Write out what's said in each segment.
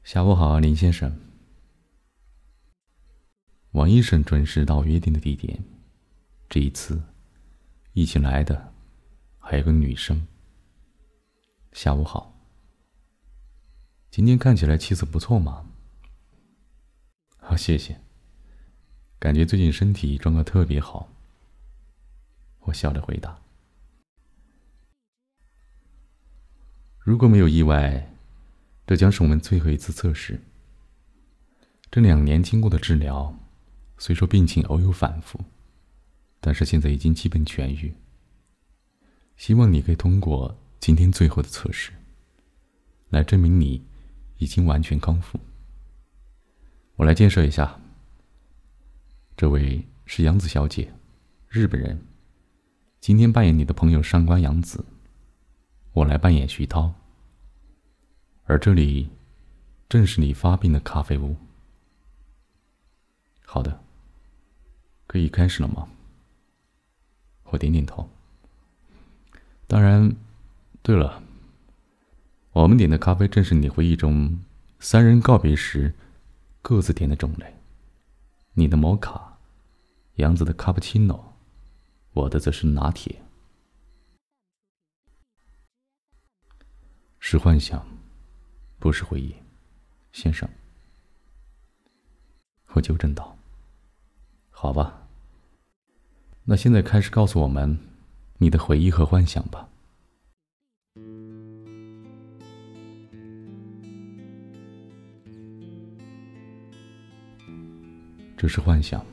下午好，林先生。王医生准时到约定的地点，这一次一起来的还有个女生。下午好。今天看起来气色不错嘛。好，谢谢。感觉最近身体状况特别好。我笑着回答。如果没有意外，这将是我们最后一次测试。这2年经过的治疗，虽说病情偶有反复，但是现在已经基本痊愈。希望你可以通过今天最后的测试，来证明你已经完全康复。我来介绍一下，这位是杨子小姐，日本人，今天扮演你的朋友上官杨子，我来扮演徐涛。而这里正是你发病的咖啡屋。好的，可以开始了吗？我点点头。当然，对了，我们点的咖啡正是你回忆中3人告别时各自点的种类。你的摩卡，杨子的卡布奇诺，我的则是拿铁。是幻想，不是回忆，先生。我纠正道。好吧，那现在开始告诉我们你的回忆和幻想吧。这是幻想。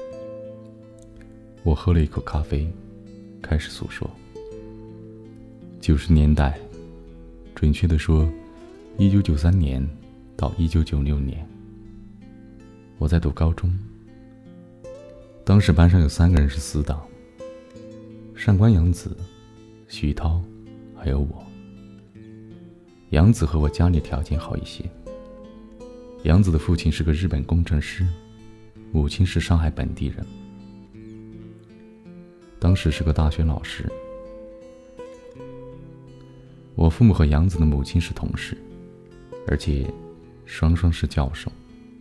我喝了一口咖啡，开始诉说。90年代，准确地说1993年到1996年，我在读高中。当时班上有3个人是死党，上官杨子、徐涛还有我。杨子和我家里条件好一些，杨子的父亲是个日本工程师，母亲是上海本地人，当时是个大学老师。我父母和杨子的母亲是同事，而且双是教授。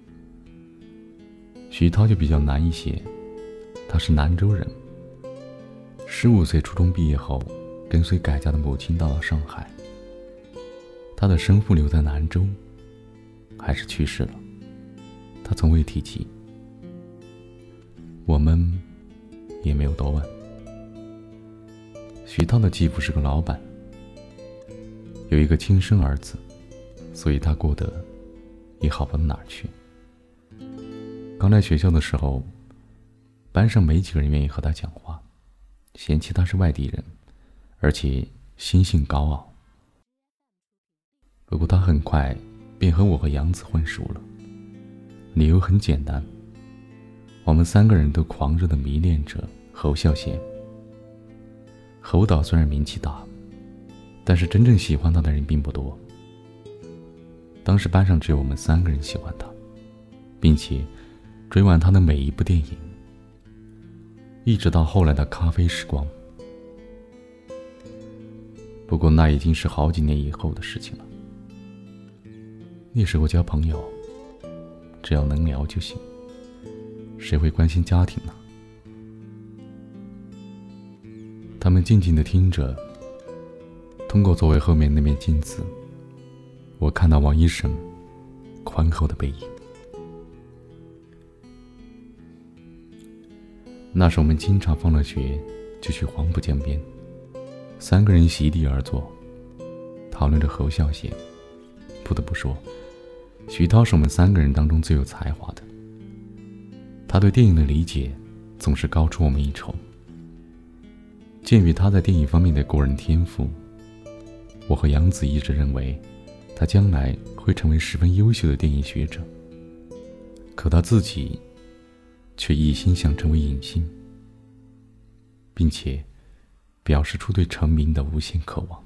徐涛就比较难一些，他是南州人，15岁初中毕业后跟随改嫁的母亲到了上海。他的生父留在南州，还是去世了，他从未提及，我们也没有多问。徐涛的继父是个老板，有一个亲生儿子，所以他过得也好不到哪儿去。刚来学校的时候，班上没几个人愿意和他讲话，嫌弃他是外地人，而且心性高傲。不过他很快便和我和杨子混熟了，理由很简单，我们3个人都狂热地迷恋着侯孝贤。侯导虽然名气大，但是真正喜欢他的人并不多。当时班上只有我们3个人喜欢他，并且追完他的每一部电影，一直到后来的咖啡时光。不过那已经是好几年以后的事情了。那时候交朋友，只要能聊就行，谁会关心家庭呢？他们静静地听着。通过座位后面那面镜子，我看到王医生宽厚的背影。那时我们经常放了学就去黄浦江边，3个人席地而坐，讨论着侯孝贤。不得不说，徐涛是我们3个人当中最有才华的，他对电影的理解总是高出我们一筹。鉴于他在电影方面的过人天赋，我和杨子一直认为他将来会成为十分优秀的电影学者，可他自己却一心想成为影星，并且表示出对成名的无限渴望。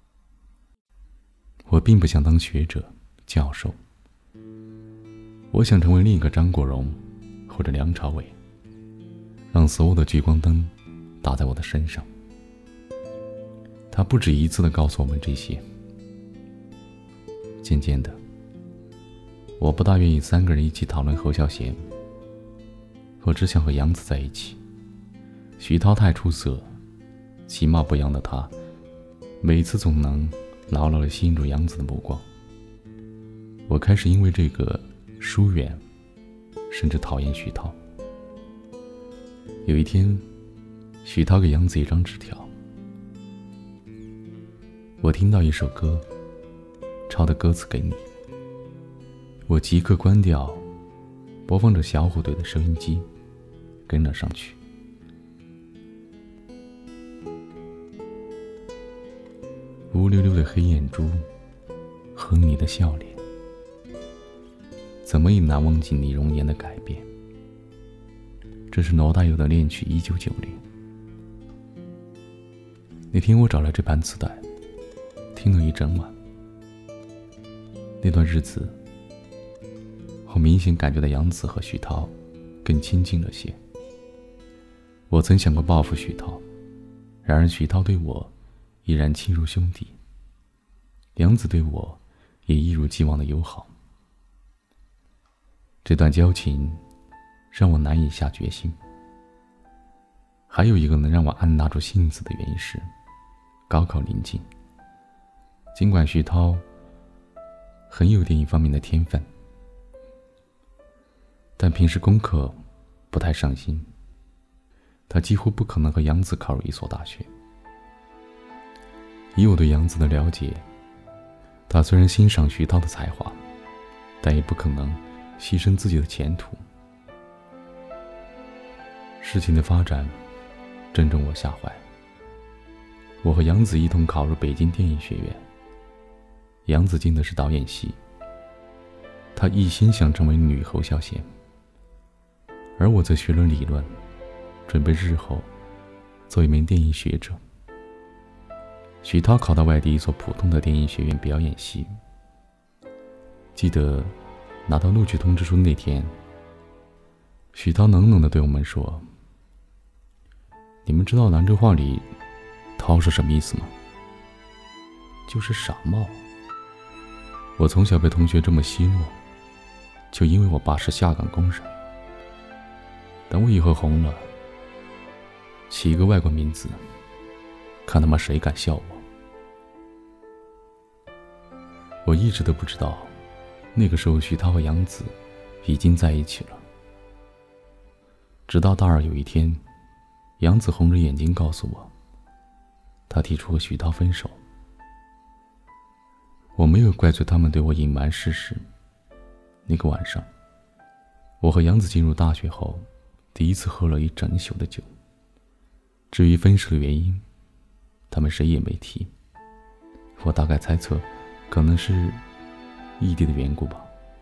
我并不想当学者、教授，我想成为另一个张国荣或者梁朝伟，让所有的聚光灯打在我的身上。他不止一次地告诉我们这些。渐渐的， 我不大愿意3个人一起讨论侯孝贤，我只想和杨子在一起。徐涛太出色，其貌不扬的他，每次总能牢牢地吸引住杨子的目光。我开始因为这个疏远，甚至讨厌徐涛。有一天，徐涛给杨子一张纸条，我听到一首歌，抄的歌词给你。我即刻关掉播放着小虎队的收音机，跟了上去。乌溜溜的黑眼珠和你的笑脸，怎么也难忘记你容颜的改变。这是罗大佑的恋曲1990。那天我找来这盘磁带，听了一整晚。那段日子，我明显感觉到杨子和徐涛更亲近了些。我曾想过报复徐涛，然而徐涛对我依然亲如兄弟，杨子对我也一如既往的友好。这段交情让我难以下决心。还有一个能让我按捺住性子的原因是，高考临近，尽管徐涛很有电影方面的天分，但平时功课不太上心，他几乎不可能和杨子考入一所大学。以我对杨子的了解，他虽然欣赏徐涛的才华，但也不可能牺牲自己的前途。事情的发展正中我下怀。我和杨子一同考入北京电影学院，杨子进的是导演系，他一心想成为女侯孝贤，而我则学了理论，准备日后做一名电影学者。徐涛考到外地一所普通的电影学院表演系。记得拿到录取通知书那天，徐涛冷冷地对我们说：“你们知道兰州话里涛是什么意思吗？就是傻帽。我从小被同学这么奚落，就因为我爸是下岗工人。等我以后红了，起一个外国名字，看他妈谁敢笑我。”我一直都不知道，那个时候徐涛和杨子已经在一起了。直到大二有一天，杨子红着眼睛告诉我，他提出和徐涛分手。我没有怪罪他们对我隐瞒事实。那个晚上，我和杨子进入大学后，第一次喝了一整宿的酒。至于分手的原因，他们谁也没提。我大概猜测，可能是异地的缘故吧。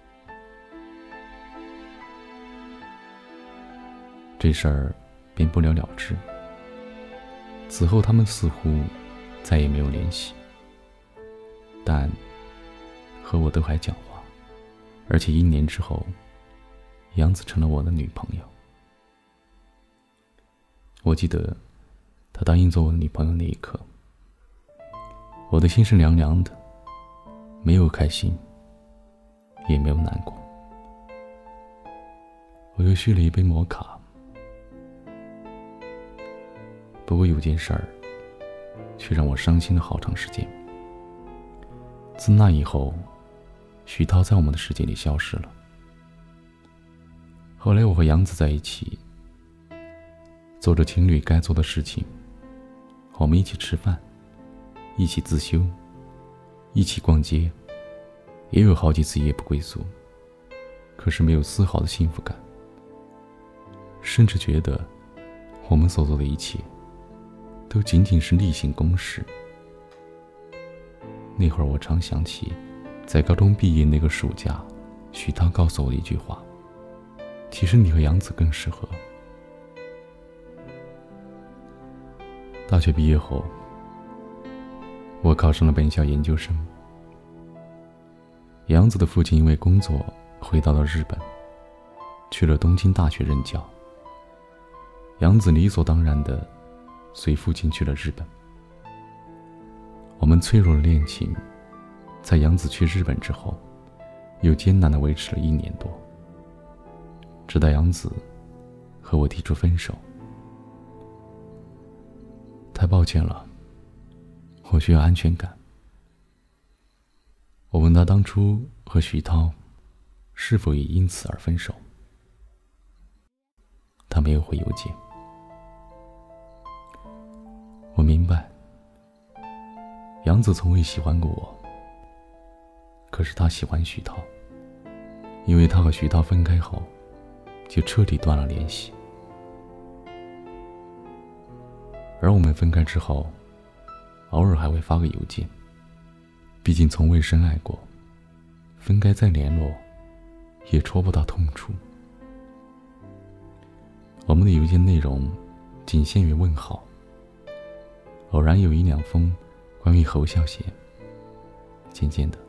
这事儿便不了了之。此后他们似乎再也没有联系，但和我都还讲话，而且1年之后，杨子成了我的女朋友。我记得她答应做我的女朋友那一刻，我的心是凉凉的，没有开心，也没有难过。我又续了一杯摩卡。不过有件事儿却让我伤心了好长时间。自那以后，徐涛在我们的世界里消失了。后来我和杨子在一起，做着情侣该做的事情。我们一起吃饭，一起自修，一起逛街，也有好几次夜不归宿，可是没有丝毫的幸福感，甚至觉得我们所做的一切都仅仅是例行公事。那会儿我常想起在高中毕业那个暑假，徐涛告诉我的一句话：其实你和杨子更适合。大学毕业后，我考上了本校研究生。杨子的父亲因为工作回到了日本，去了东京大学任教。杨子理所当然地随父亲去了日本。我们脆弱的恋情，在杨子去日本之后， 又艰难地维持了1年多，直到杨子和我提出分手。太抱歉了，我需要安全感。我问他当初和徐涛是否也因此而分手，他没有回邮件。我明白，杨子从未喜欢过我，可是他喜欢徐涛，因为他和徐涛分开后就彻底断了联系。而我们分开之后，偶尔还会发个邮件，毕竟从未深爱过，分开再联络也戳不到痛处。我们的邮件内容仅限于问好，偶然有1-2封关于侯孝贤。渐渐的，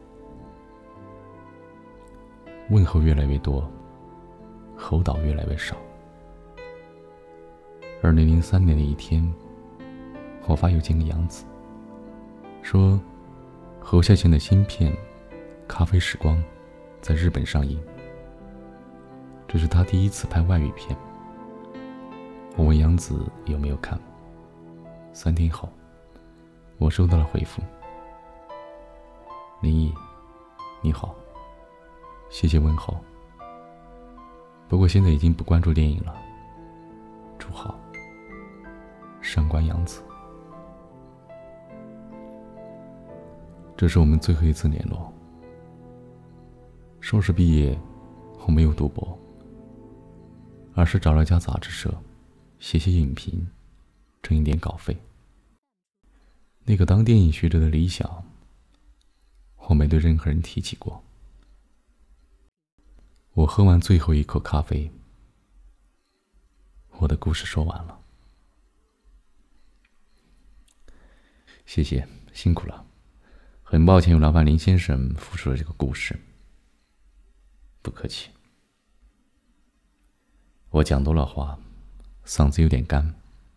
问候越来越多，侯导越来越少。2003年的一天，我发邮件给杨子，说侯孝贤的新片《咖啡时光》在日本上映，这是他第一次拍外语片。我问杨子有没有看，3天后，我收到了回复：林毅，你好，谢谢问候，不过现在已经不关注电影了，祝好，上官杨子。这是我们最后一次联络。硕士毕业，我没有读博，而是找了家杂志社，写写影评，挣一点稿费。那个当电影学者的理想，我没对任何人提起过。我喝完最后一口咖啡，我的故事说完了。谢谢，辛苦了。很抱歉有劳烦林先生复述了这个故事。不客气。我讲多了话，嗓子有点干。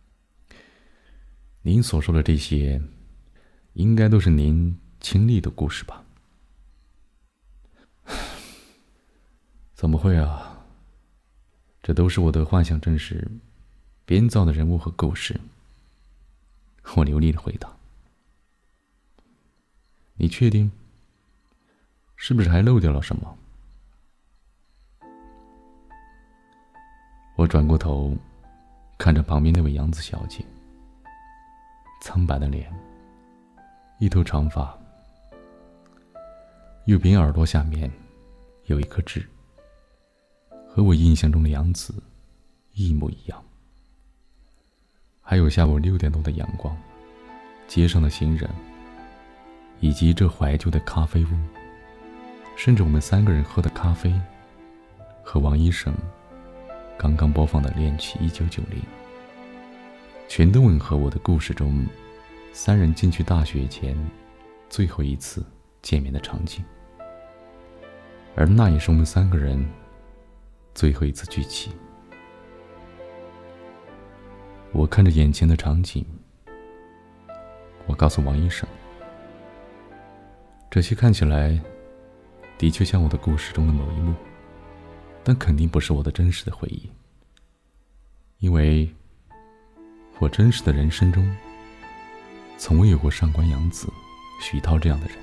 您所说的这些，应该都是您亲历的故事吧？怎么会啊？这都是我的幻想症时编造的人物和故事。我流利的回答。你确定？是不是还漏掉了什么？我转过头，看着旁边那位杨子小姐，苍白的脸，一头长发，右边耳朵下面有一颗痣，和我印象中的杨子一模一样。还有下午6点多的阳光，街上的行人，以及这怀旧的咖啡屋，甚至我们3个人喝的咖啡和王医生刚刚播放的恋曲1990，全都吻合我的故事中3人进去大学前最后一次见面的场景，而那也是我们3个人最后一次聚齐。我看着眼前的场景，我告诉王医生，这些看起来的确像我的故事中的某一幕，但肯定不是我的真实的回忆，因为我真实的人生中从未有过上官杨子、徐涛这样的人。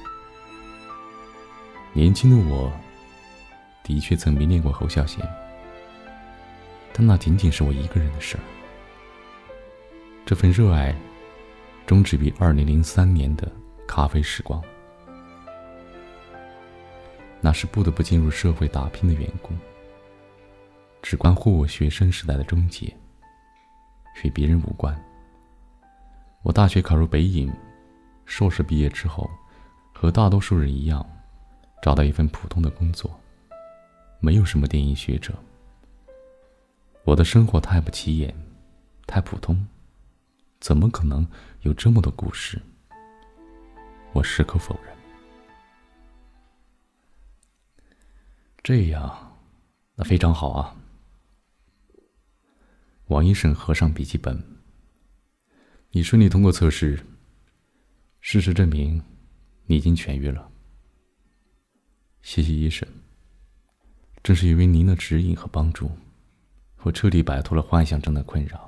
年轻的我的确曾迷恋过侯孝贤，但那仅仅是我一个人的事儿。这份热爱终止于2003年的咖啡时光，那是不得不进入社会打拼的缘故，只关乎我学生时代的终结，与别人无关。我大学考入北影，硕士毕业之后，和大多数人一样，找到一份普通的工作，没有什么电影学者。我的生活太不起眼，太普通，怎么可能有这么多故事？我矢口否认。这样，那非常好啊。王医生合上笔记本。你顺利通过测试，事实证明你已经痊愈了。谢谢医生。 正是因为您的指引和帮助，我彻底摆脱了幻想症的困扰。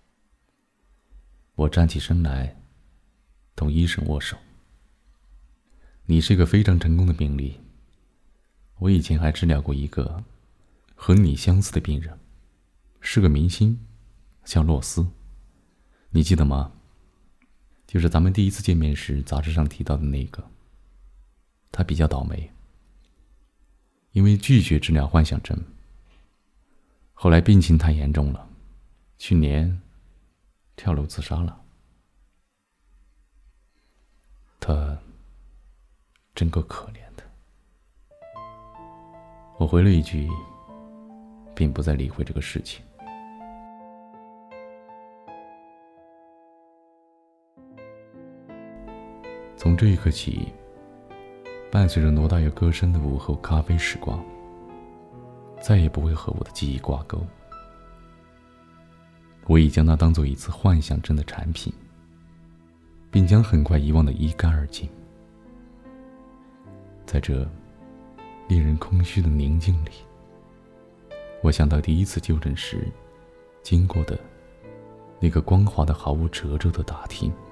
我站起身来，同医生握手。你是一个非常成功的病例，我以前还治疗过一个和你相似的病人，是个明星，叫洛斯，你记得吗？就是咱们第一次见面时杂志上提到的那个。他比较倒霉，因为拒绝治疗幻想症，后来病情太严重了，去年跳楼自杀了。他真够可怜的。我回了一句，并不再理会这个事情。从这一刻起，伴随着罗大佑歌声的午后咖啡时光，再也不会和我的记忆挂钩。我已将它当作一次幻想症的产品，并将很快遗忘的一干二净。在这令人空虚的宁静里，我想到第一次就诊时经过的那个光滑的毫无褶皱的大厅。